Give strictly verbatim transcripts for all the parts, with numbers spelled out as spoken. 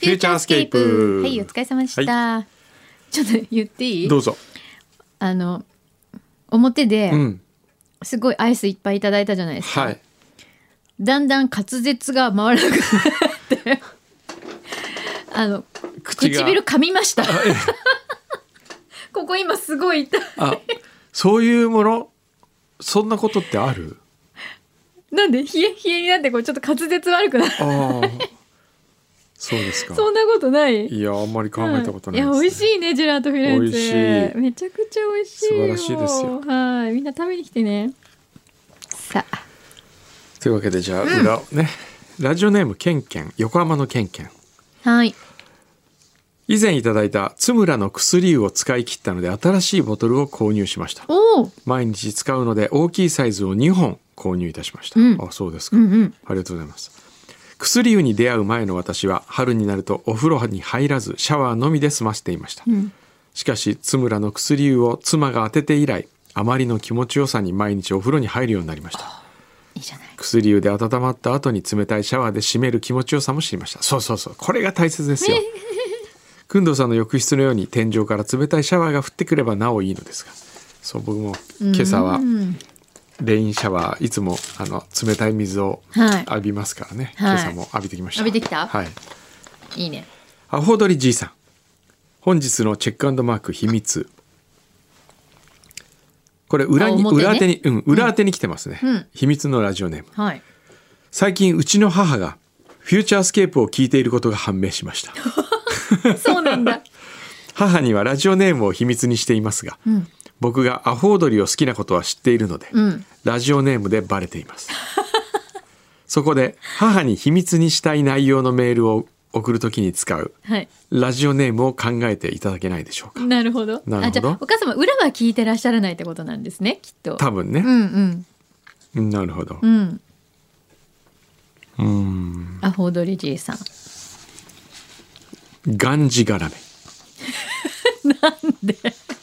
フューチャースケープ。 はい、お疲れ様でした、はい、ちょっと言っていい？ どうぞ。 あの表で、 うん、 すごいアイスいっぱいいただいたじゃないですか、 はい、 だんだん滑舌が回らなくなってあの唇噛みましたここ今すごい痛い。 あ、そういうもの、そんなことってある？ なんで冷え冷えになってこうちょっと滑舌悪くなる。 ああ、そうですか。 そんなことない？ いや、あんまり考えたことないですね、 はい、いや美味しいね、ジェラートフィレンツェ。 美味しい、 めちゃくちゃ美味しいよ。 素晴らしいですよ。 はい、みんな食べに来てね。さあ、 というわけでじゃあ裏をね、うん、ラジオネームケンケン、横浜のケンケン。 はい。 以前いただいた津村の薬湯を使い切ったので新しいボトルを購入しました。 お、 毎日使うので大きいサイズをにほん購入いたしました、うん、あ、そうですか、 うんうん、 ありがとうございます。薬湯に出会う前の私は春になるとお風呂に入らずシャワーのみで済ませていました、うん、しかし津村の薬湯を妻が当てて以来、あまりの気持ちよさに毎日お風呂に入るようになりました。 いいじゃない。薬湯で温まった後に冷たいシャワーで締める気持ちよさも知りました。そうそうそう、これが大切ですよくんどうさんの浴室のように天井から冷たいシャワーが降ってくればなおいいのですが、そう、僕も今朝はレインシャワー、いつもあの冷たい水を浴びますからね、はい、今朝も浴びてきました。 浴びてきた？ はい、 いいね。 アホドリじいさん、本日のチェック&マーク秘密、これ裏に、ね、裏当てに、うん、裏当てに来てますね、うん、秘密のラジオネーム、 はい、 最近うちの母がフューチャースケープを聞いていることが判明しましたそうなんだ母にはラジオネームを秘密にしていますが、うん、僕がアホ踊りを好きなことは知っているので、うん、ラジオネームでバレていますそこで母に秘密にしたい内容のメールを送るときに使う、はい、ラジオネームを考えていただけないでしょうか。 なるほど。なるほど。あ、じゃあお母様裏は聞いてらっしゃらないってことなんですね、きっと。 多分ね、 うんうん、なるほど、 うん、 うーん、 アホ踊りじいさん、 がんじがらめなんで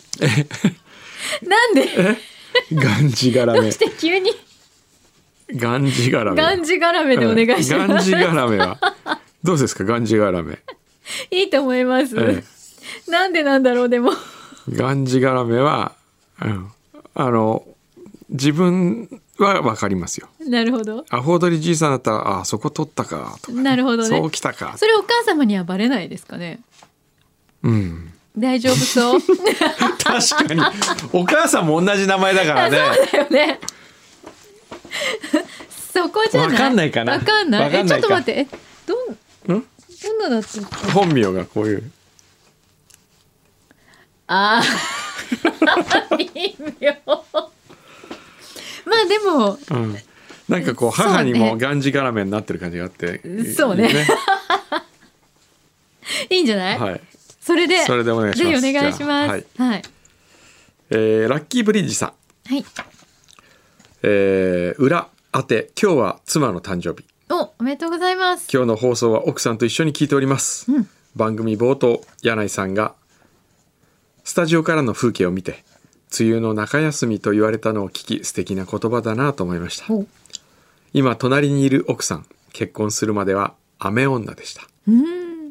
なんでがんじがらめ、 どうして急にがんじがらめ、 がんじがらめでお願いします。 がんじがらめはどうですか？がんじがらめいいと思います、ええ、なんでなんだろう。でもがんじがらめは、うん、あの自分は分かりますよ。 なるほど。 アホ踊りじいさんだったら、あ、そこ取ったかとか、ね、 なるほどね、 そうきたか。 それお母様にはバレないですかね。 うん、 大丈夫そう確かにお母さんも同じ名前だからね。 そうだよねそこじゃない？ 分かんないかな。 分かんない。 分かんないか。 え、ちょっと待って、え、どん、ん？どんなだったっけ？ 本名がこういう。 ああ微妙まあでも、 うん、なんかこう母にもがんじがらめになってる感じがあって、 そうね、いいねいいんじゃない？はい、それでそれでお願いします。 ぜひお願いします。はい、はい、 えー、ラッキーブリッジさん、 はい、 えー、裏当て、今日は妻の誕生日。 お、おめでとうございます。 今日の放送は奥さんと一緒に聞いております、うん、番組冒頭、柳井さんがスタジオからの風景を見て梅雨の中休みと言われたのを聞き、素敵な言葉だなと思いました。今隣にいる奥さん、結婚するまでは雨女でした。うん、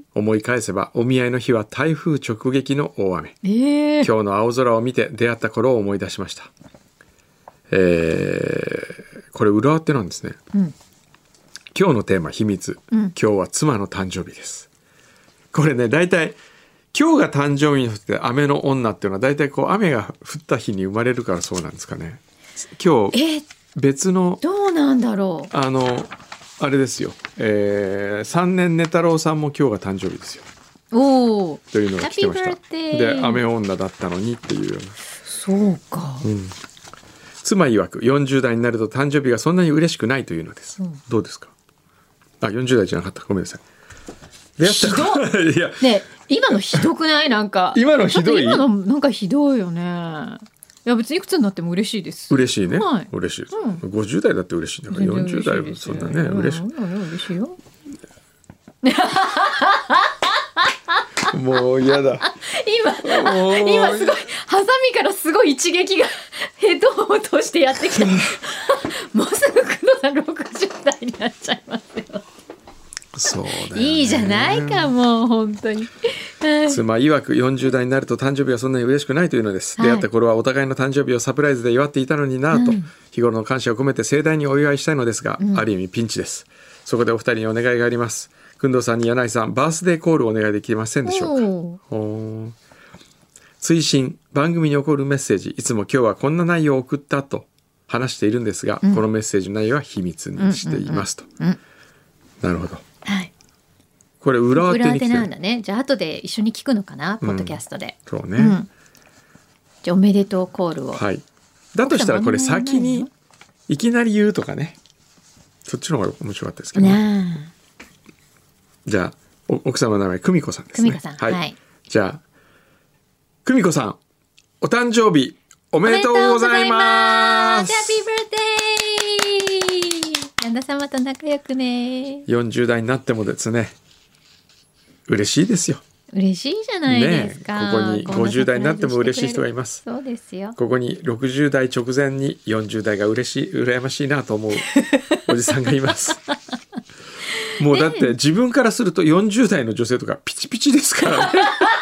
思い返せばお見合いの日は台風直撃の大雨、えー、今日の青空を見て出会った頃を思い出しました。えー、これ裏当てなんですね、うん、今日のテーマ秘密、うん、今日は妻の誕生日です。これね、だいたい今日が誕生日の人って雨の女っていうのはだいたいこう雨が降った日に生まれるからそうなんですかね。今日別のどうなんだろう、 あのあれですよ、えー、さんねん寝太郎さんも今日が誕生日ですよ。おというのが来てました。で、雨女だったのにっていうような。 そうか、 うん、妻曰くよんじゅう代になると誕生日がそんなに嬉しくないというのです、うん、どうですか？あ、よんじゅう代じゃなかった、ごめんなさい。出会ったいや、 ね、今のひどくない？なんか今のひどい。 今のなんかひどいよね。いや別にいくつになっても嬉しいです。 嬉しいね、はい、嬉しい、 うん、 ごじゅう代だって嬉しいんだからよんじゅう代はそんなね、嬉しい、 嬉しいよもう嫌だ今今すごいハサミからすごい一撃がヘッドホンを通してやってきたもうすぐ工藤さんろくじゅう代になっちゃいますよ。 そうだよね。 いいじゃないかもう本当に。 妻曰くよんじゅう代になると誕生日はそんなに嬉しくないというのです、 はい、 出会った頃はお互いの誕生日をサプライズで祝っていたのになぁと、うん、日頃の感謝を込めて盛大にお祝いしたいのですが、うん、ある意味ピンチです。そこでお二人にお願いがあります。工藤さんに柳井さんバースデーコールをお願いできませんでしょうか。お追伸番組に起こるメッセージ、いつも今日はこんな内容を送ったと話しているんですが、うん、このメッセージの内容は秘密にしていますと、うんうんうん、なるほど、はい、これ裏当てに来てる。 裏当てなんだね。じゃあ後で一緒に聞くのかな、ポッドキャストで。 そうね、うん、 じゃあおめでとうコールを、 はい、だとしたらこれ先にいきなり言うとかね、そっちの方が面白かったですけど、ね、じゃあ奥様の名前久美子さんですね。 久美子さん、はいはい、 じゃあ久美子さんお誕生日おめでとうございます。 ハッピーブルーデー。旦那様と仲良くね。 よんじゅう代になってもですね、嬉しいですよ。 嬉しいじゃないですか、 ね、ここにごじゅう代になっても嬉しい人がいます。 そうですよ。 ここにろくじゅう代直前によんじゅう代が嬉しい羨ましいなと思うおじさんがいますもうだって自分からするとよんじゅう代の女性とかピチピチですからね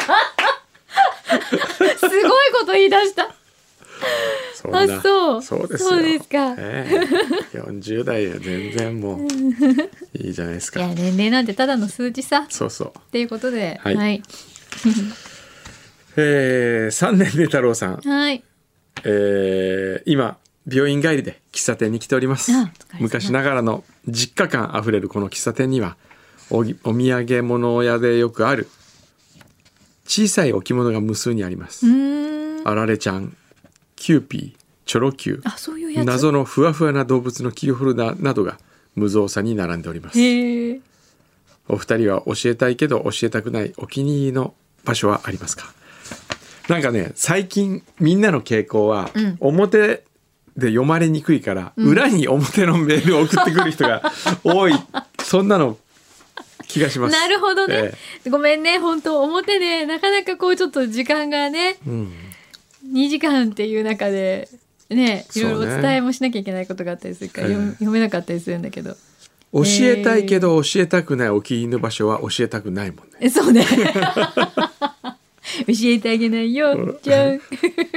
すごいこと言い出した。 そんな、 あ、そうそうですよ。 そうですか、 えー、よんじゅう代は全然もういいじゃないですか。 いや年齢なんてただの数字さ。 そうそうっていうことで、 はい、 はい、 えー、さんねんで太郎さん、 はい、 えー、今病院帰りで喫茶店に来ております。昔ながらの実家感あふれるこの喫茶店には お, お土産物屋でよくある小さい置物が無数にあります。あられちゃん、キューピー、チョロ Q、 あ、そういうやつ、 謎のふわふわな動物のキーホルダーなどが無造作に並んでおります。 へー。 お二人は教えたいけど教えたくないお気に入りの場所はありますか。なんかね、最近みんなの傾向は、うん、表で読まれにくいから、うん、裏に表のメールを送ってくる人が多いそんなの気がします。 なるほどね、ええ、ごめんね、本当表でなかなかこうちょっと時間がね、うん、にじかんっていう中でね、いろいろお伝えもしなきゃいけないことがあったりするから、ね、読, 読めなかったりするんだけど、 教えたいけど教えたくないお気に入りの場所は教えたくないもんね。 え、そうね教えてあげないよじゃん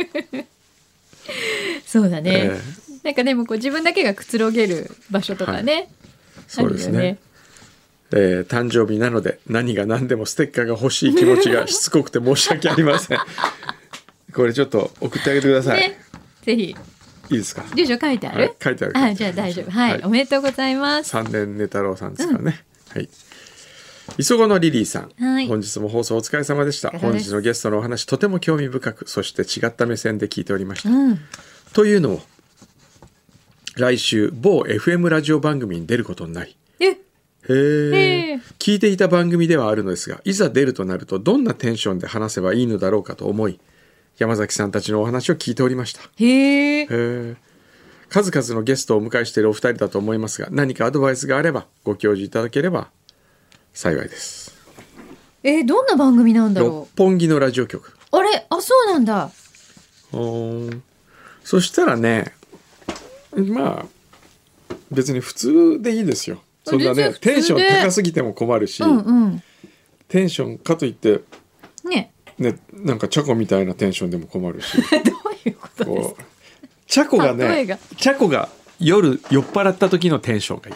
そうだね、えー、なんかでもこう自分だけがくつろげる場所とかね、はい、 そうですね、えー、誕生日なので何が何でもステッカーが欲しい気持ちがしつこくて申し訳ありませんこれちょっと送ってあげてください、ね、 ぜひ。 いいですか。 住所書いてある、 はい、書いてある。 あ、じゃあ大丈夫、はい、はい、おめでとうございます。 さんねん寝太郎さんですからね、うん、はい。磯子のリリーさん、はい、本日も放送お疲れ様でした。本日のゲストのお話とても興味深く、そして違った目線で聞いておりました、うん、というのを来週某 エフエム ラジオ番組に出ることになり、えへえ、聞いていた番組ではあるのですが、いざ出るとなるとどんなテンションで話せばいいのだろうかと思い、山崎さんたちのお話を聞いておりました。 へえ。 数々のゲストをお迎えしているお二人だと思いますが、何かアドバイスがあればご教示いただければ幸いです。 えー、どんな番組なんだろう。 六本木のラジオ局。 あれ、あ、そうなんだ。 そしたらね、まあ別に普通でいいですよ。そんなね、テンション高すぎても困るし、うんうん、テンションかといってねね、なんかチャコみたいなテンションでも困るしどういうことですか。 チャコがね、がチャコが夜酔っ払った時のテンションがいい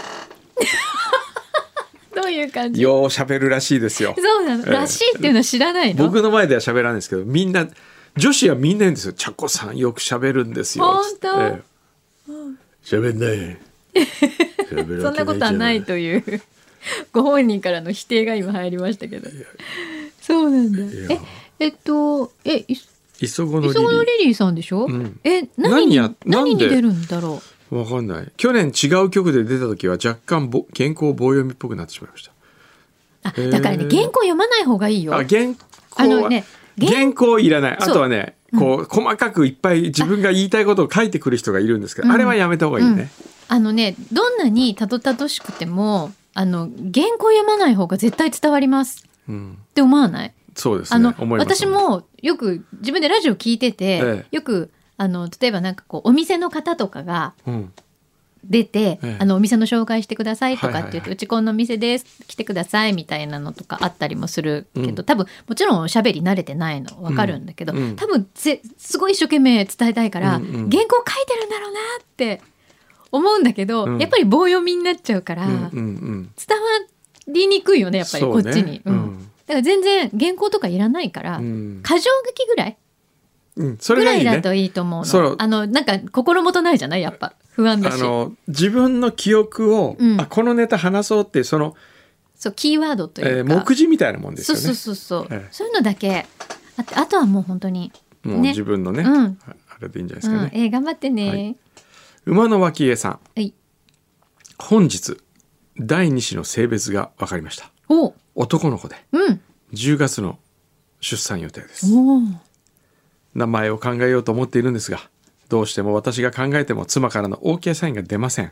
どういう感じ。 よう喋るらしいですよ。 そうなの、えー、らしいっていうの知らないの。 僕の前では喋らないんですけど、みんな女子はみんな言うんですよ。チャコさんよく喋るんですよ。 本当。 喋、えー、んないそんなことはないというご本人からの否定が今入りましたけど。そうなんだ。ええっとえ磯子のリリーさんでしょ、うん、え 何, 何, や何に出るんだろう。わかんない。去年違う曲で出た時は若干ぼ原稿棒読みっぽくなってしまいました。 あ、だからね、原稿読まない方がいいよ。 あ、原稿はあの、ね、原稿いらない。あとはね、こう、うん、細かくいっぱい自分が言いたいことを書いてくる人がいるんですけど、 あ,、うん、あれはやめた方がいいね、うん、 あのね、どんなにたどたどしくてもあの原稿読まない方が絶対伝わります、うん、って思わない？ そうですね、 あの思います。 私もよく自分でラジオ聞いてて、ええ、よくあの例えばなんかこうお店の方とかが、うん、 出て、 ええあのお店の紹介してくださいとかって言って、 はいはいはいうちこんの店です来てくださいみたいなのとかあったりもするけど、 うん多分もちろんおしゃべり慣れてないの分かるんだけど、 うんうん多分ぜすごい一生懸命伝えたいから、 うんうん原稿書いてるんだろうなって思うんだけど、 うんやっぱり棒読みになっちゃうから、 うんうんうん伝わりにくいよねやっぱりこっちに、 そうねうんだから全然原稿とかいらないから、 うん箇条書きぐらいうんそれぐがいいねらいだといいと思うそうの。あのなんか心もとないじゃないやっぱ不安だし。 あの自分の記憶を、 うんあこのネタ話そうっていうその、 そうキーワードというえーか、 目次みたいなもんですよね。 そうそうそうそう、 ええそういうのだけあって、あとはもう本当にもうね自分のね、 うんあれでいいんじゃないですうん、 かね。 えー頑張ってね。 ははいい、 馬の脇江さん、本日だいに子の性別が分かりました。 お男の子でうんじゅうがつの出産予定です。 お名前を考えようと思っているんですが、どうしても私が考えても妻からの OK サインが出ません。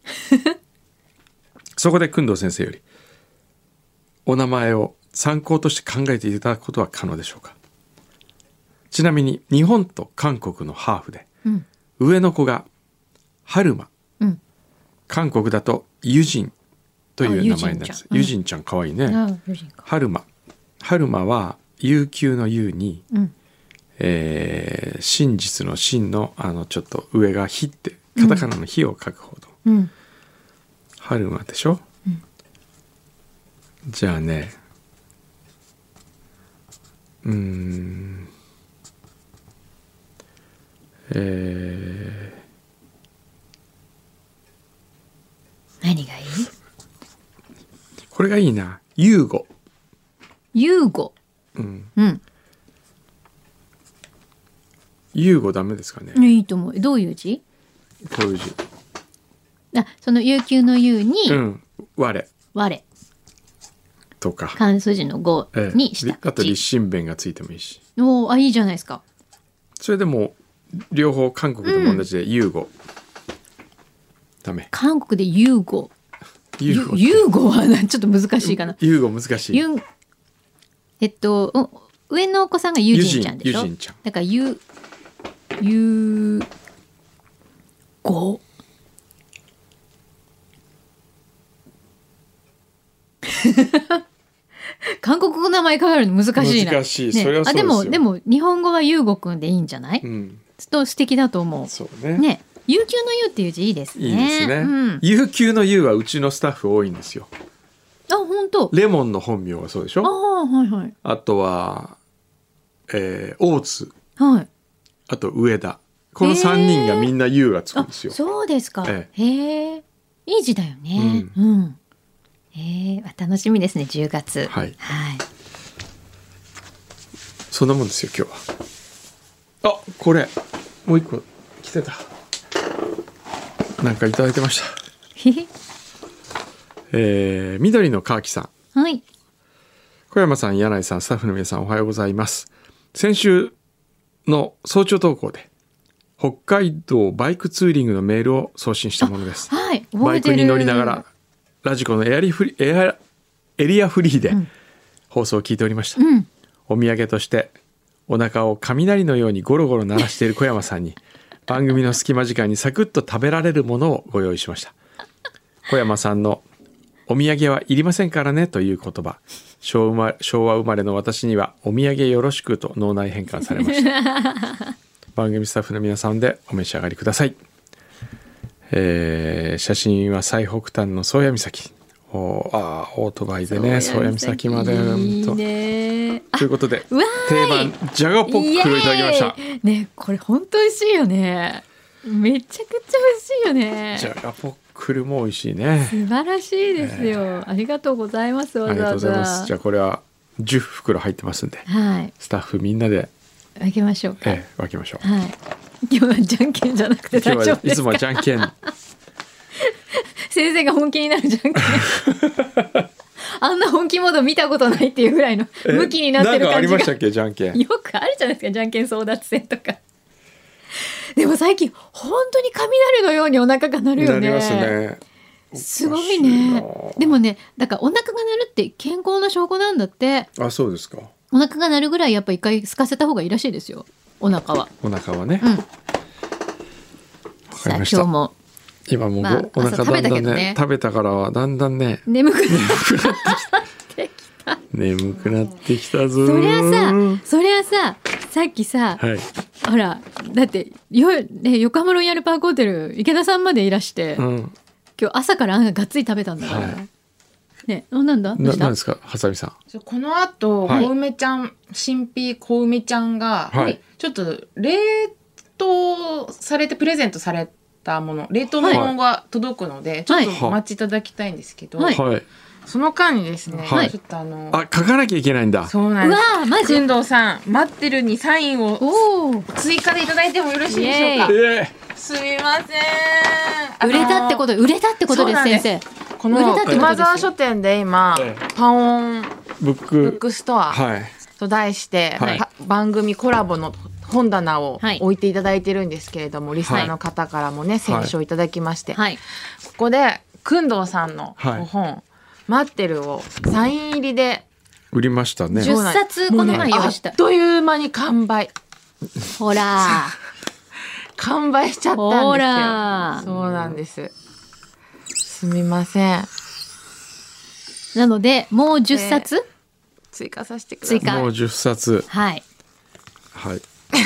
そこで工藤先生よりお名前を参考として考えていただくことは可能でしょうか。ちなみに日本と韓国のハーフで、 うん上の子が春馬、 うん韓国だとユジンという名前なんです。 あユジンちゃんうんユジンちゃんかわいいね。 あ主人か春馬春馬は悠久の悠に、 うんえー真実の真のあのちょっと上が火ってカタカナの火を書くほど、 うん春馬でしょ、 うんじゃあねうーんえ何がいい？ ーこれがいいな。ユーゴ、 ユーゴ。 うん、 うんユーゴダメですかね、 いいと思う。どういう字？ こういう字。 あその悠久の悠に、 うん我我とか、 漢数字の五ええにしたあと字。 立身弁がついてもいいし、 おーあいいじゃないですか。 それでも両方韓国でも同じでユーゴ、ダメ。 韓国でユーゴ。 ユーゴユユーゴはなちょっと難しいかな。 ユーゴ難しい。 ユンえっとう上のお子さんがユジンちゃんでしょ。 ユジンちゃんだからユユーゴ。韓国語の名前考えるの難しいな。 難しい、 ねそれはそうですよ。 あでもでも日本語はユーゴくんでいいんじゃない？ うん、 と素敵だと思そうね。 う。ね、悠久の悠っていう字いいですね。 いいですね。 うん、 悠久の悠はうちのスタッフ多いんですよ。 あ本当。 レモンの本名はそうでしあょ。 あはいはいあとは、えー、大津、 はい。 あと上田。このさんにんがみんな悠がつくんあですよ。 そうですか。 えへえいい字だよね。うん。へえ楽しみですねじゅうがつ。 はいはい。 そんなもんですよ今日は。あこれもう一個来てた。なんかいただいてました。 へへえー、緑のカーキさん、 はい。 小山さん、柳井さん、スタッフの皆さんおはようございます。先週の早朝投稿で北海道バイクツーリングのメールを送信したものです。 はい。 バ覚えてる。 イクに乗りながらラジコのエアリフリエアエリアフリーでうん放送を聞いておりました。 うん。 お土産としてお腹を雷のようにゴロゴロ鳴らしている小山さんに番組の隙間時間にサクッと食べられるものをご用意しました。小山さんのお土産はいりませんからねという言葉、昭和昭和生まれの私にはお土産よろしくと脳内変換されました。番組スタッフの皆さんでお召し上がりください。えー写真は最北端の宗谷岬、おあーオートバイでね宗谷岬までいいとね。 ということでうわ定番ジャガポックルをいただきました。 イエーイねこれ本当美味しいよね。めちゃくちゃ美味しいよね。 ジャガポックルも美味しいね。 素晴らしいですよ。ありがとうございます。 あわざわりがとうございます。 ざ。 じゃあこれはじゅっふくろ入ってますんではい。 スタッフみんなで、 あげましょうか。 えー分けましょう。 はい。今日はじゃんけんじゃなくて今日大丈夫ですか。 はいつもじゃんけん先生が本気になるじゃんけん。あんな本気モード見たことないっていうぐらいのえ向きになってるなんかあ感じがりましたっけじゃんけん。 よくあるじゃないですかじゃんけん争奪戦とか。でも最近本当に雷のようにお腹が鳴るよね。 なりますね。 すごいおかしね。 なでもねだからお腹が鳴るって健康の証拠なんだって。 あそうですか。 お腹が鳴るぐらいやっぱ一回空かせた方がいいらしいですよお腹は。 お腹はね。 うん。 わかりさあ今ました。 日も今もう、 まあお腹朝食べだんだんねたけどね食べたからはだんだんね眠くなってきた。 眠くなってきたぞ。 そりゃさ、そりゃさ、さっきさ、 はい。 ほらだってよ、ね、横浜ロイヤルパークホテル池田さんまでいらして、 うん。 今日朝からあんががっつり食べたんだから、 はいね、あなんだどうしたななんですか、はさみさん。 そうこの後、 はい小梅ちゃん新品小梅ちゃんが、 はいちょっと冷凍されてプレゼントされたもの冷凍のものが届くので、ちょっとお待ちいただきたいんですけど、 はいはい。 その間にですね、 はいちょっとあのあ、書かなきゃいけないんだ。 そうなんでうわーマす。 ジくんどうさん待ってるにサインをおお追加でいただいてもよろしいでしょうか。 えすみません。 売れたってことと売れたってことですそうなんです先生。 この売れたってことですよ熊沢書店で今、 ええパオンー、ブッブクックストアはい。 と題して、 はいパ番組コラボの本棚をはい置いていただいてるんですけれども、リスナーの方からもね、選書いただきまして、 はい。 ここでくんどうさんのはいご本、待ってるをサイン入りで売りましたね。 じゅっさつこの前用意したあっという間に完売ほら完売しちゃったんですよ。 ほらそうなんです。すみません。 なのでもうじゅっさつ、 追加させてください。 追加もうじゅっさつ。 はい。 はい。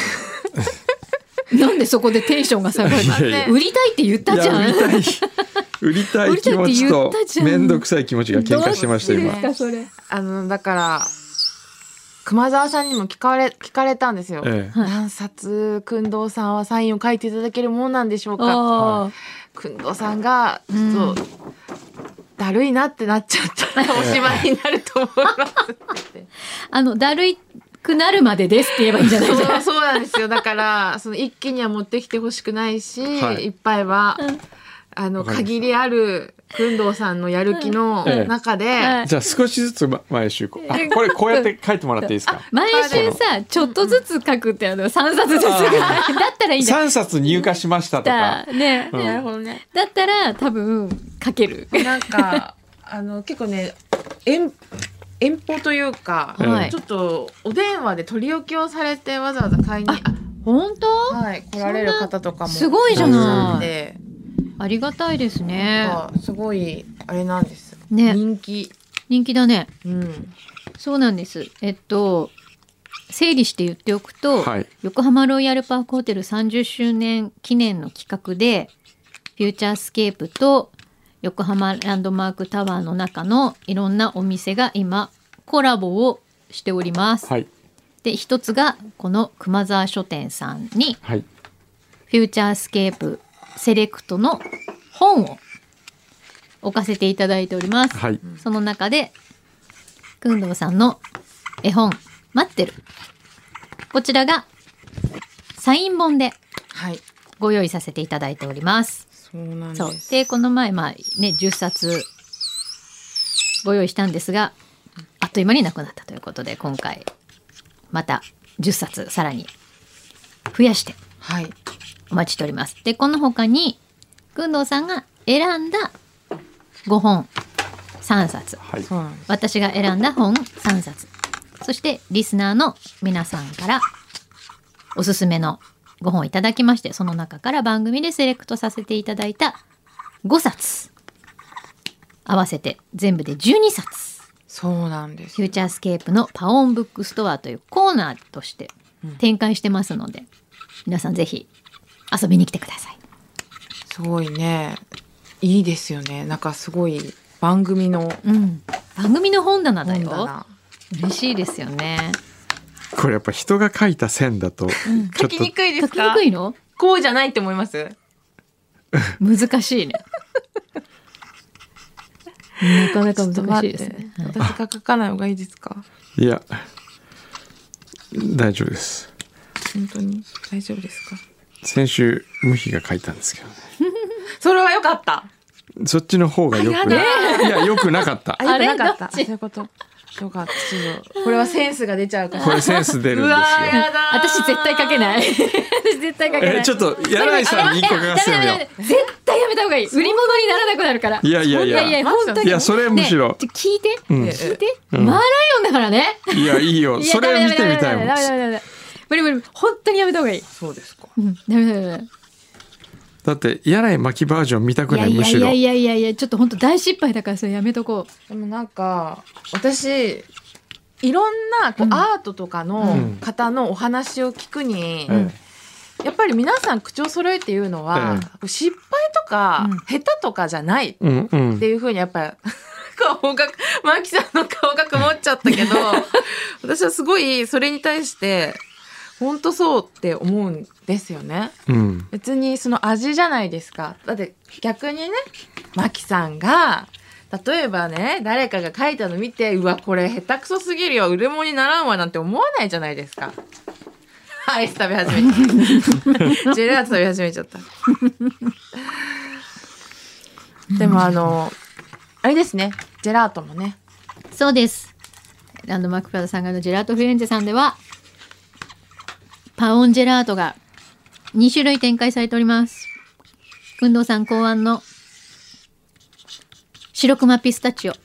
なんでそこでテンションが下がるいやいや売りたいって言ったじゃん。 いや売りたい売りたい気持ちと売りたいって言ったじゃん面倒くさい気持ちが喧嘩してましたどっち今。 ですかそれ。 あのだから熊沢さんにも聞かれ聞かれたんですよ。 ええはい何冊くんどうさんはサインを書いていただけるものなんでしょうか。 あくんどうさんがちょっと、だるいなってなっちゃったらおしまいになると思いますって言って。 あのだるいくなるまでですって言えばいいんじゃないですか。 そうそうなんですよ。だからその一気には持ってきてほしくないし、 はいいっぱいは、あのわかりました限りあるくんどうさんのやる気のええ中で、 はいじゃあ少しずつま毎週こうあこれこうやって書いてもらっていいですか。 毎週さちょっとずつ書くってあのさんさつずつぐらいだったらいいんださんさつ入荷しましたとか。 ね、 うんなるほどね。 だったら多分書ける。 なんかあの結構ね遠遠方というか、 はいちょっとお電話で取り置きをされてわざわざ買いにあ本当？ はい来られる方とかもすごいじゃないで、 ありがたいですね。 なんかすごいあれなんです。 ね人気。 人気だね。 うん。 そうなんです。えっと整理して言っておくと、 はい横浜ロイヤルパークホテルさんじゅっしゅうねん記念の企画でフューチャースケープと横浜ランドマークタワーの中のいろんなお店が今コラボをしております。 はいで一つがこの熊沢書店さんにはいフューチャースケープセレクトの本を置かせていただいております。 はいその中でくんどうさんの絵本待ってるこちらがサイン本ではい。 ご用意させていただいております。 そうなんそうです。 でこの前まあねじゅっさつご用意したんですがあっという間になくなったということで今回またじゅっさつさらに増やしてはい。 お待ちしております。でこの他にくんどうさんが選んだごほんさんさつはいそうなんです。 私が選んだ本さんさつそしてリスナーの皆さんからおすすめのご本をいただきましてその中から番組でセレクトさせていただいたごさつ合わせて全部でじゅうにさつそうなんです。 フューチャースケープのパオンブックストアというコーナーとして展開してますので、皆さんぜひ遊びに来てください。 すごいね。いいですよね。なんかすごい番組のうん、番組の本棚だよ。 本棚。 嬉しいですよね。 これやっぱ人が書いた線だとちょっと書きにくいで書きにすか？ くいの？ こうじゃないって思います？ 難しいね。なかなか難しいですちょっと待ってね。 私が書かない方がいいですか？ いや大丈夫です。 本当に大丈夫ですか？ 先週無比が書いたんですけどね。 それは良かった。 そっちの方がよくあないいやよくなかったあ、良くなかっあれどっちた。そういうこと。よかった。ちょっとこれはセンスが出ちゃうから。 これセンス出るんですようわーやだー。 私絶対書けない。私絶対書けない。 えちょっと柳井さんに一個書かせてみよダメダメダメ絶対やめた方がいい。売り物にならなくなるから。 ういやいやいやいやいや本当に。 いやそれむしろねちょ聞いて、 うん聞いて、 うんマーライオンだからね。 いやいいよいやそれ見てみたいもんダメダメダメダメダメダメ無理無理本当にやめた方がいい。 そうですか。 うんダメダメダメ。 だって柳井真紀バージョン見たくない。 いやむしろいやいやいやいやちょっと本当大失敗だからそれやめとこう。 でもなんか私いろんなこう、 うんアートとかの方のお話を聞くに、 えやっぱり皆さん口を揃えて言うのは、失敗とか、 うん下手とかじゃないっえうんうんていうふうにやっぱり顔がマキさんの顔が曇っちゃったけど私はすごいそれに対して本当そうって思うんですよね。 うん別にその味じゃないですか。だって逆にねマキさんが例えばね誰かが書いたの見てうわこれ下手くそすぎるよ売れ物にならんわなんて思わないじゃないですか。アイス食べ始めちゃったジェラート食べ始めちゃったでもあのあれですねジェラートもねそうです。ランドマークプラザさんがのジェラートフィレンツェさんではパオンジェラートがに種類展開されております。運動さん考案の白熊ピスタチオ、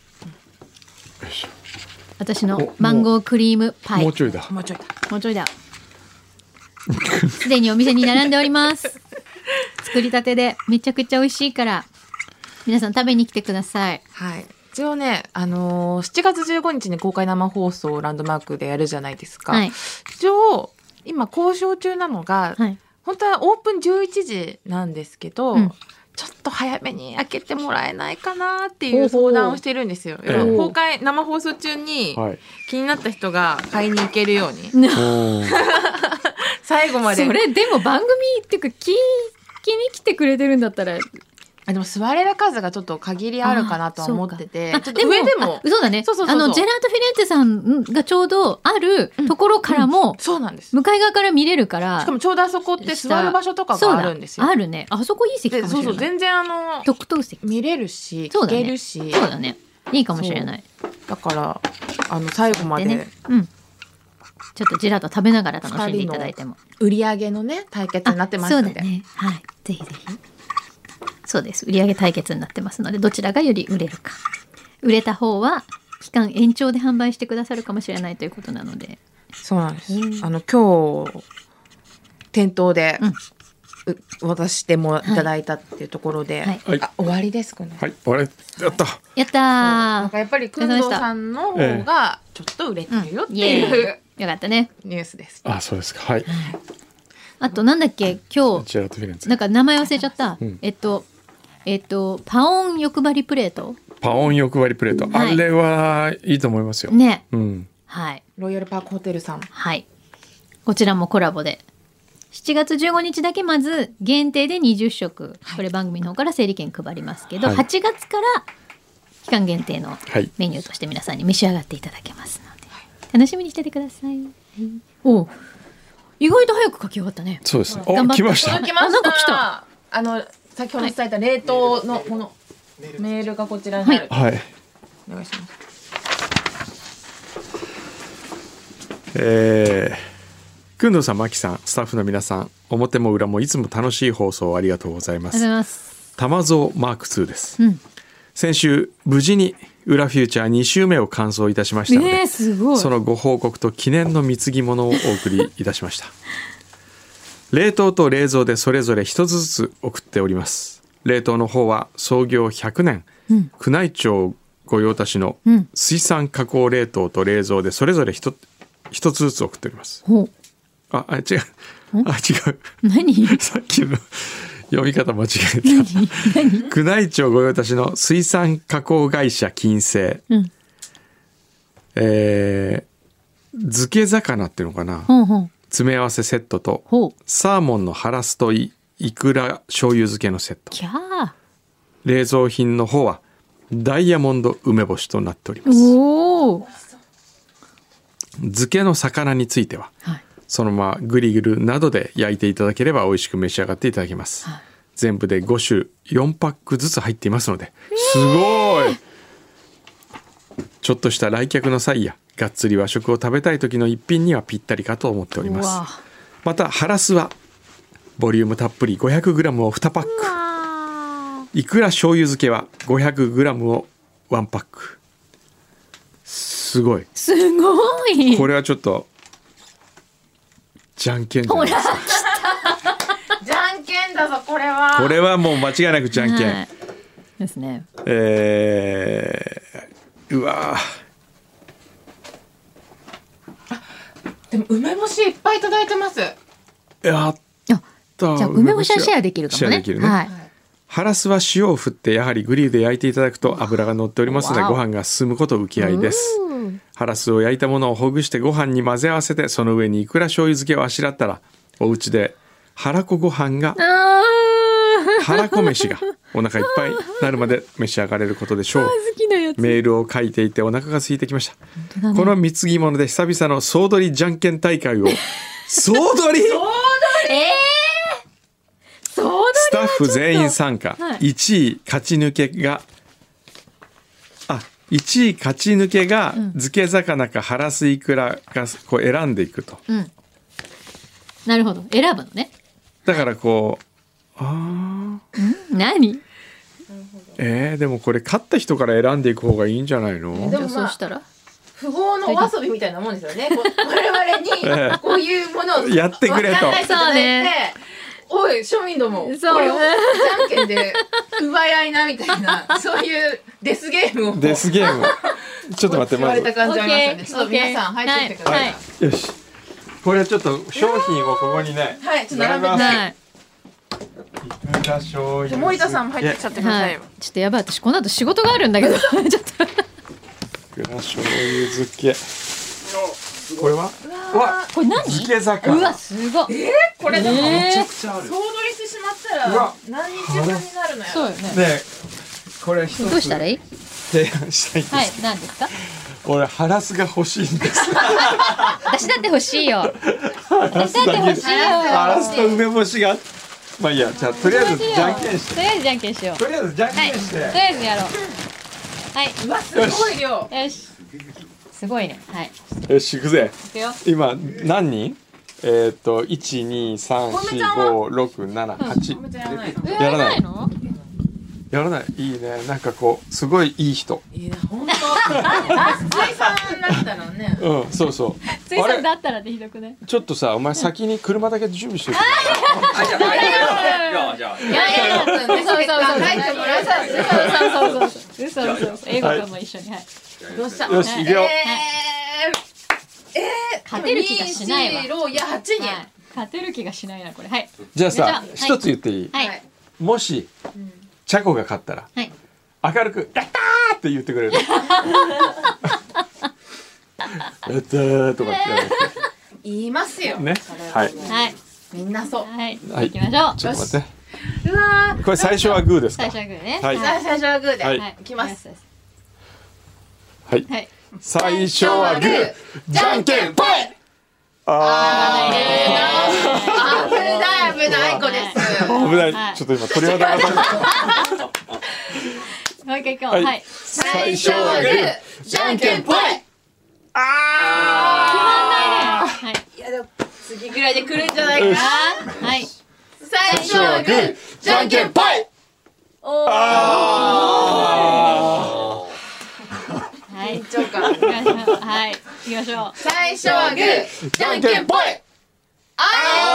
私のマンゴークリームパイ、 もうちょいだ。 もうちょいだもうちょいだ。すでにお店に並んでおります。作りたてでめちゃくちゃ美味しいから皆さん食べに来てください。 はい一応ね、あのー、しちがつじゅうごにちに公開生放送をランドマークでやるじゃないですか、 はい、 一応今交渉中なのが、 はい、 本当はオープンじゅういちじなんですけど、 うんちょっと早めに開けてもらえないかなっていう相談をしてるんですよ。 ほうほう公開生放送中にはい。 気になった人が買いに行けるようにおー最後まで。 それでも番組っていうか聞きに来てくれてるんだったらあでも座れる数がちょっと限りあるかなとは思ってて、 あちょっと上でもあそうだね。 そうそうそうそうあのジェラートフィレンツェさんがちょうどあるところからも、 そうなんです。 向かい側から見れるからしかもちょうどあそこって座る場所とかがあるんですよ。 そうだあるね。あそこいい席かでそうもしれない。 そう全然あの特等席。 見れるし聞そうだねけるし、 そうだね。いいかもしれない。 だからあの最後まででね、うん。ちょっとジェラート食べながら楽しんでいただいても。 売り上げのね対決になってますあので、 そうだね。はい。ぜひぜひ。そうです。売上対決になってますので、どちらがより売れるか。売れた方は期間延長で販売してくださるかもしれないということなので。 そうなんです。あの今日店頭で、 うんう渡してもいただいたっていうところで、 はいはいあ終わりですかね。 はい。あれやった。 やったなんー。 かやっぱり工藤さんの方がちょっと売れてるよってイエいう、 ーイよかったね。 ニュースです。 あ、そうですか。はい。 あとなんだっけ今日ジェラートフィレンツェ。 なんか名前忘れちゃった。 うんえっとえっとパオン欲張りプレートパオン欲張りプレート。 はいあれはいいと思いますよ。 ね。 うん。 はいロイヤルパークホテルさん。 はい。こちらもコラボで。しちがつじゅうごにちだけまず限定でにじゅっしょく、これ番組の方から整理券配りますけど、 はいはちがつから期間限定のはい。 メニューとして皆さんに召し上がっていただけますので、楽しみにしててください。はい、お意外と早く書き終わったね。 そうです。お、 頑張って来ました届。きました。 あなんか来たあの先ほど伝えた冷凍のもの、メールがこちらにある。 はい。 お願いします。 えー。くんどうさん、まきさん、スタッフの皆さん、表も裏もいつも楽しい放送をありがとうございまありがとうございす。 ます。 玉蔵マークツーです。 うん。 先週無事に裏フューチャーに週目を完走いたしましたので、 えー、すごい。 そのご報告と記念の貢ぎ物をお送りいたしました冷凍と冷蔵でそれぞれ一つずつ送っております。冷凍の方は創業ひゃくねん、 うん、 宮内庁御用達のうん水産加工冷凍と冷蔵でそれぞれ一一つずつ送っております。 ほう。 あ、あ違うあ違う何さっきの読み方間違えた宮内庁御用達の水産加工会社金星、 うん。 えー、漬け魚っていうのかな、 ほうほう。 詰め合わせセットとほう。 サーモンのハラスといいくら醤油漬けのセット、 キャー。 冷蔵品の方はダイヤモンド梅干しとなっております。 おお。 漬けの魚についてははい。 そのままグリルなどで焼いていただければ美味しく召し上がっていただけます、 はい、 全部でごしゅよんパックずつ入っていますのですごい、ちょっとした来客の際やがっつり和食を食べたい時の一品にはぴったりかと思っております。 うわまたハラスはボリュームたっぷり ごひゃくグラム をにパック、 うわいくら醤油漬けは ごひゃくグラム をいパック、すごい。 すごい。 これはちょっとじゃんけんじゃないですか。 じゃんけんだぞこれは。 これはもう間違いなくじゃんけん、 はいですね。 えー、うわでも梅干しいっぱいいただいてます。 ーやったじゃあ梅干しはシェアできるかもね。 シェアできるね、 はい。 ハラスは塩を振ってやはりグリルで焼いていただくと油が乗っておりますのでわおご飯が進むこと浮き合いです。ハラスを焼いたものをほぐしてご飯に混ぜ合わせてその上にいくら醤油漬けをあしらったらお家ではらこご飯があはらこ飯がお腹いっぱいになるまで召し上がれることでしょう。 好きなやつ。 メールを書いていてお腹が空いてきました、 だねこの貢ぎ物で久々の総取りじゃんけん大会を総取りええー、そうスタッフ全員参加、 はいいちい勝ち抜けがあいちい勝ち抜けが漬け魚かハラスイクラがこう選んでいくと、 うん。なるほど。選ぶのね。 だからこうあー何？ えー、でもこれ勝った人から選んでいく方がいいんじゃないの？ じゃあそうしたら。 不法のお遊びみたいなもんですよね。こ我々にこういうものをやってくれと分かんない人がいてそうねおい庶民どもそうこれをじゃんけんで奪い合いなみたいなそういうデスゲームをデスゲームちょっと待って言わまずれた感じありますよね。 オッケーちょっと皆さん入ってきてください。 はいはい、 よしこれちょっと商品をここにねちょっと並べて。 はい。 いくら醤油じゃあ森田さんも入ってきちゃってくださはいいよ。。 ちょっとやばい私この後仕事があるんだけどちょっと。 いくら醤油漬けこれはうわこれ何？ 漬け魚うわすごい。 これでもえーちゃある総取りしてしまったうわら何日分になるのよ。 そうよね。 ねこれ一つどうしたらいい？ 提案したいんです、 はい。何ですか？ 俺ハラスが欲しいんです私だって欲しいよ。 ハラスだってだけ欲しいよ。 ハラスと梅干しがまあいいやじゃあとりあえずじゃんけんしてとりあえずじゃんけんしよう。 とりあえずじゃんけはい。とんして、 りあえずやろう。はいうわすごい量。 よし。すごいね。はい。 よし行くぜいくよ。 今何人えーっといちにさんしごろくななはちめちゃやらないの。 えやらないの？ やらないいいねなんかこうすごいいい人いや本当。水さんだったらね。 うんそうそうついさんあれだったらってひどくない？ ちょっとさお前先に車だけ準備しておいてあ、じゃあ、じゃあ、じゃあ、 いやいやそうそうそうそう。 書いてもらえたんですよ。 そうそうそうそう。嘘嘘嘘。英語君も一緒にはい。 どうした。 よし行くよ、 えーえー、 勝てる気がしないわに、ろいやはちにん。 はい。勝てる気がしないなこれ。はい。 じゃあさじゃあはい一つ言っていい、 はい。 はいもしチャコが勝ったらはい。 明るく「やったー!」って言ってくれるやったーとかって言われて言いますよ。 ねそれはいねはい。 みんなそう。 はい。 はい行きましょう。 ちょっと待ってうわー。 これ最初はグーですか最初はグーね。 はいさあ最初はグーで。 はいはい。 いきます。 はいはい。 最初はグーじゃんけんぽいあ危ない危ない子です。 ー危ない、 はいちょっと今鳥肌が立っもう一回行こう。 はいはい。 最初はグーじゃんけんぽい。 はい。 いやでも次ぐらいで来るんじゃないかな。 はい。 最初はグーじゃんけんぽい。 おー。 あはい。 緊張感。 行きましょう。はい。行きましょう。 最初はグーじゃんけんぽい。あ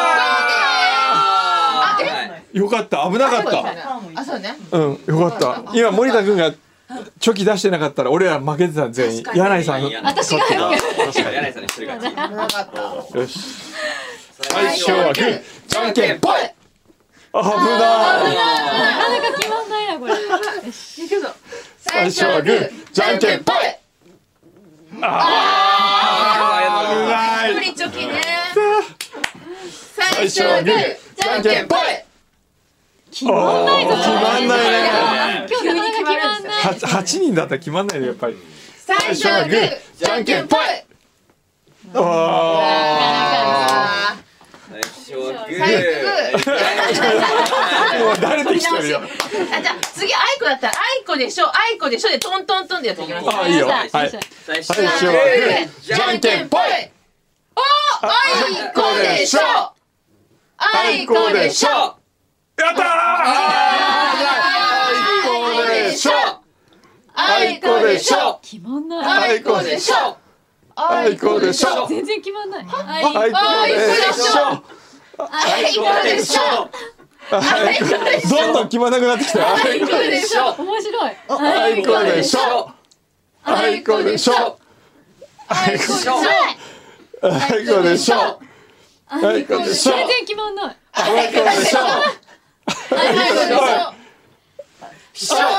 ーーよかった危なかっあたあそうね。 うんよかった今森田君がチョキ出してなかったら俺ら負けてた全員確かに柳井さん私が勝って確かに柳井さんに一人勝ち。 危なかった。 たよし最初はグーじゃんけんぽい危ないなかなか決まんないなこれ。 いくぞ。 最初はグーじゃんけんぽいあ危ないプリチョキね。最初はグーじゃんけんぽい。 決まんないぞ。 決まんないね今日なかなか決まんない。 ははちにんだったら決まんないねやっぱり最初はグーじゃんけんぽい。 ああ最初はグー最初はーもう慣れてきてるよあじゃあ次あいこだったらあいこでしょあいこでしょでトントントンでやっていきます。 あいいよはい最最初初はグーじゃんけんぽいおあいこでしょあいこでしょやったーあいこでしょあいこでしょ決まんない。 あいこでしょあいこでしょ全然決まんない。 あいこでしょあいこでしょどんどん決まらなくなってきた。 あいこでしょ。 面白い。 あいこでしょ。あいこでしょ。 あいこでしょ。 あいこでしょ。あいこでしょ。 全然決まんない。 あいこでしょ。 あいこでしょ。しょ。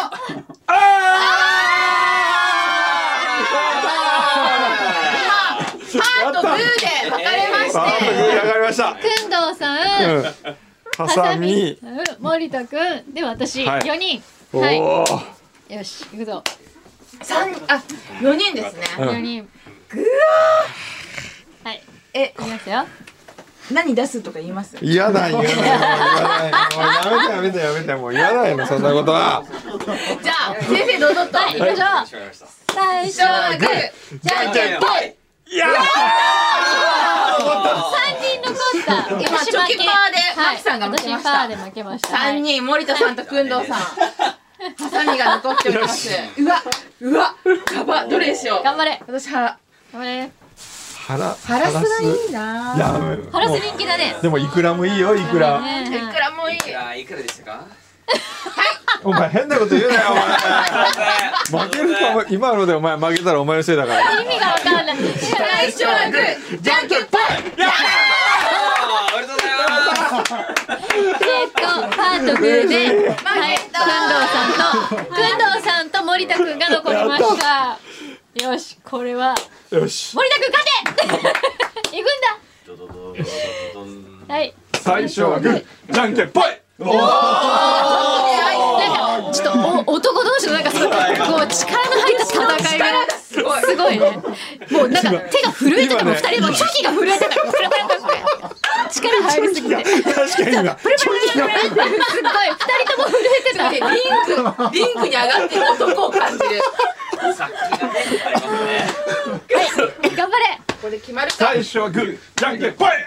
パーとグーで分かれまパーとグーして。 上がりました。 くんどうさん、 うん。ハサミ。 うん森田くん、で私はいよにん。 おはい。 お。 よし、行くぞ。 三あ四人ですね。 うんよにん。はい。 えいきますよ。 何出すとか言います。 嫌だ言わない言わない。もうやめてやめてやめてもう言わないのそんなことは。 じゃあ先生どうぞと。 はい、行きましょう。 わかりました。 最初はグー、じゃんけんぽい。 いや三人残った。 今私負けチョキパーではいマキさんが負けました私パーで負けました。 三人森田さんとくんどうさん。ハサミが残っております。うわうわカバどれにしよう。 頑張れ。 私は頑張れ。 腹ハラスがいいな。 いやハラス人気だね。 でもいくらもいいよいくら。 ねいくらもいい。 いやいくらでしたか。 お前変なこと言うなよお前。負けるかも今のでお前負けたらお前のせいだから。 意味がわかんない。 最初はグーじゃんけんぽい。 ありがとうございます。 えっとパーとグーで、はい、くんどうさんとくんどうさんと森田くんが残りました。よし、これはよし。 森田くん勝て。行くんだ。はい。 最初はグーじゃんけんぽい。 なんかちょっとお男同士のなんかすごいこう力の入った戦いがすごい。 すごいね。もうなんか手が震えてたもん、二人もチョキが震えてたもん。プラプラプラプラ力入りすぎて。 確かに今。 プルプルプルプルすごい二人とも震えてた。 リンクリンクに上がってる男を感じる。 さっきがねありますね。 はい、頑張れ。 ここで決まるか。 最初はグーじゃんけんぽい。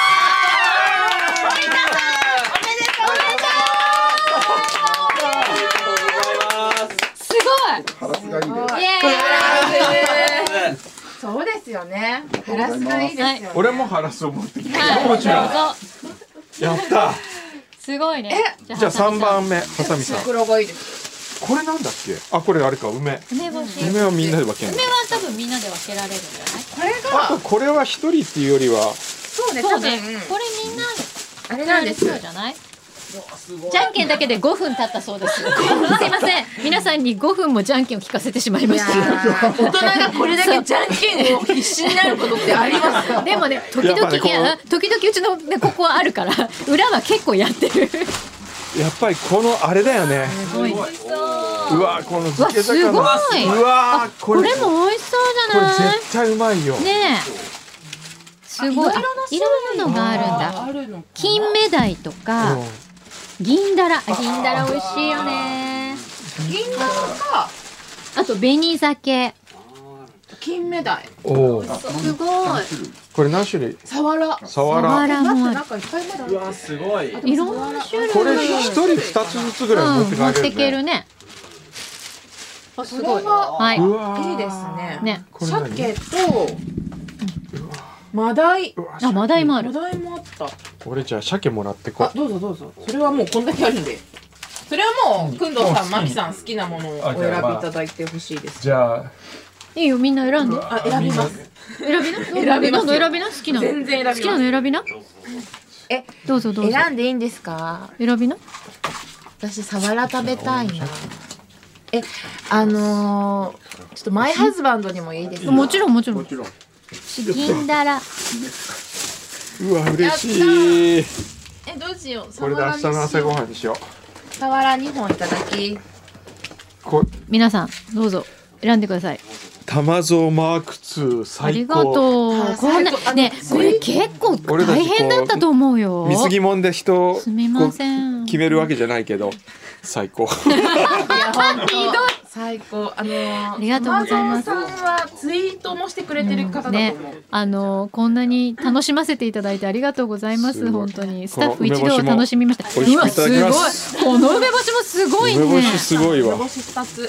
すごい。 腹すがいいね。 イエーイ。 そうですよね。ハラスがいいですよね。 俺もハラスを持ってきた。 はい、 もちろん。 どうぞ。 やった。 すごいね。 じゃあ三番目ハサミさん。 袋がいいです。 これなんだっけ？あこれあれか梅。 梅干し。 梅はみんなで分けるの梅。は多分みんなで分けられるんじゃない？ これがあとこれは一人っていうよりはそうね。多そうね。 分これみんなあれなんです。 そうじゃない？じゃんけんだけでごふん経ったそうです。すいません。皆さんにごふんもじゃんけんを聞かせてしまいまいやした。 ー大人がこれだけじゃんけんを必死になることってあります。 でもね、時々、 やっぱねこういや、時々うちのね、ここはあるから、裏は結構やってる。 やっぱりこのあれだよね。 すごい。うわ、 うわこの漬けすごい。 魚。うわここれれも美味しそうこれじゃない？ 絶対うまいよ。 ねえ。すごい。あ、いろんなのがあるんだ。 あるの。 金目鯛とか、銀だら、あ銀だら美味しいよね。 銀だらかあと紅鮭。 金目鯛。 おお。 すごい。 これ何種類？ サワラ。 サワラ。 サワラ待ってもあなんかいっぱいまだある。 うわすごい。 る。いろんな種類。 これ一人二つずつぐらい持ってうん、持って帰れるね。 けるね。あ、すごい。 これははい。 うわーいいですね。 ね。 これ何？ 鮭とマダイ。 うわあ、マダイもある。 マダイもあった。 俺じゃあ鮭もらってこあ、どうぞどうぞ。それはもうこんだけあるんで。それはもう、くんどうさん、まきさん好きなものをお選びいただいてほしいです。 じゃあいいよ、みんな選んで。 あ、選びます。 選びな。 選びますよどんどん選びな。好きなの。 全然選びます好きなの選びな。 え、 どうぞどうぞ。 選んでいいんですか？ 選びな。 私、サワラ食べたいな。え、あのー、ちょっとマイハズバンドにもいいですか？ もちろんもちろん。 もちろん。 銀だら。 うわ嬉しい。 え、どうしよう。 これで明日の朝ごはんにしよサワラにほんいただき。 う。こ皆さんどうぞ選んでください。 玉蔵マークツーあ最りが高。 とう。 あこんな最高あのね、これ結構俺たちこう大変だったと思うよ。 水着もんで人をすみません。 決めるわけじゃないけど最高。 いや、ほんと最高。あのー、 ありがとうございます玉蔵さんはツイートもしてくれてる方だと思う。 ね、あのこんなに楽しませていただいてありがとうございますす。 ごい本当にスタッフ一この梅干しも同楽しみました。 美味しくいただきまうわすすごい。この梅干しもすごいね。 梅干しすごいわ。 梅干しふたつ。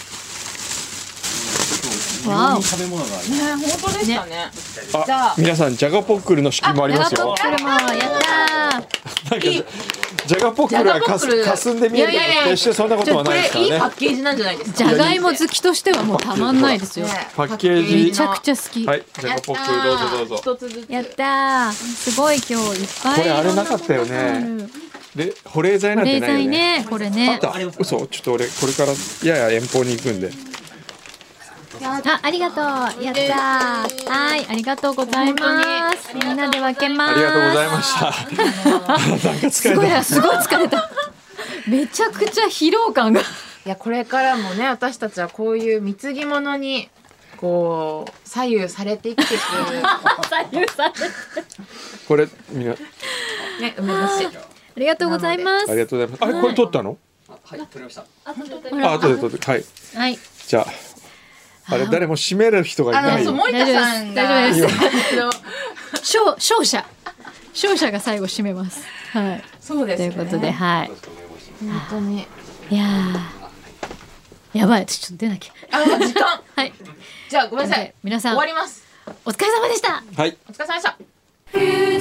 わお。 ね、本当でしたね。じゃああ皆さんジャガポックルの式もありますよ。 長ポックルもやったー。 なんかジャガポックルはかす霞んで見えるけど決してそんなことはないですからこれいいパね。 ッケージなんじゃないですか。 じゃがいも好きとしてはもうたまんないですよ。 ねパッケージめちゃくちゃ好き。 はい、ジャガポックルどうぞどうぞ。 一つずつ。 やったー。すごい今日いっぱい。 これあれなかったよねいろんなものがあるで保冷剤なん保冷剤てないよね。 ね、これあねっ。た。嘘、ちょっと俺これからやや遠方に行くんで。 あ、ありがとう。やったー。はい、ありがとうございます。みんなで分けます。 ありがとうございました。なんか疲すごい、 れた。 すごい疲れた。めちゃくちゃ疲労感が。 いやこれからもね私たちはこういう貢ぎ物にこう左右されて生きていく左右されて。 これみんなね梅干し。 ありがとうございます。 ありがとうございます。あれこれ取ったの？ はい、取りました。 あ、後で取って。はい。 はい。 じゃああれ誰も閉める人がいあないよ。 のそう森田さんが大丈夫ですあの勝勝者勝者が最後締めます。はい。 そうですね。 ということで、はい。 本当に。 いやー、やばい、ちょっと出なきゃ。 あもう時間。 はい。 じゃあごめんなさい。 皆さん終わります。 お疲れ様でした。 はい。 お疲れ様でした。 フュー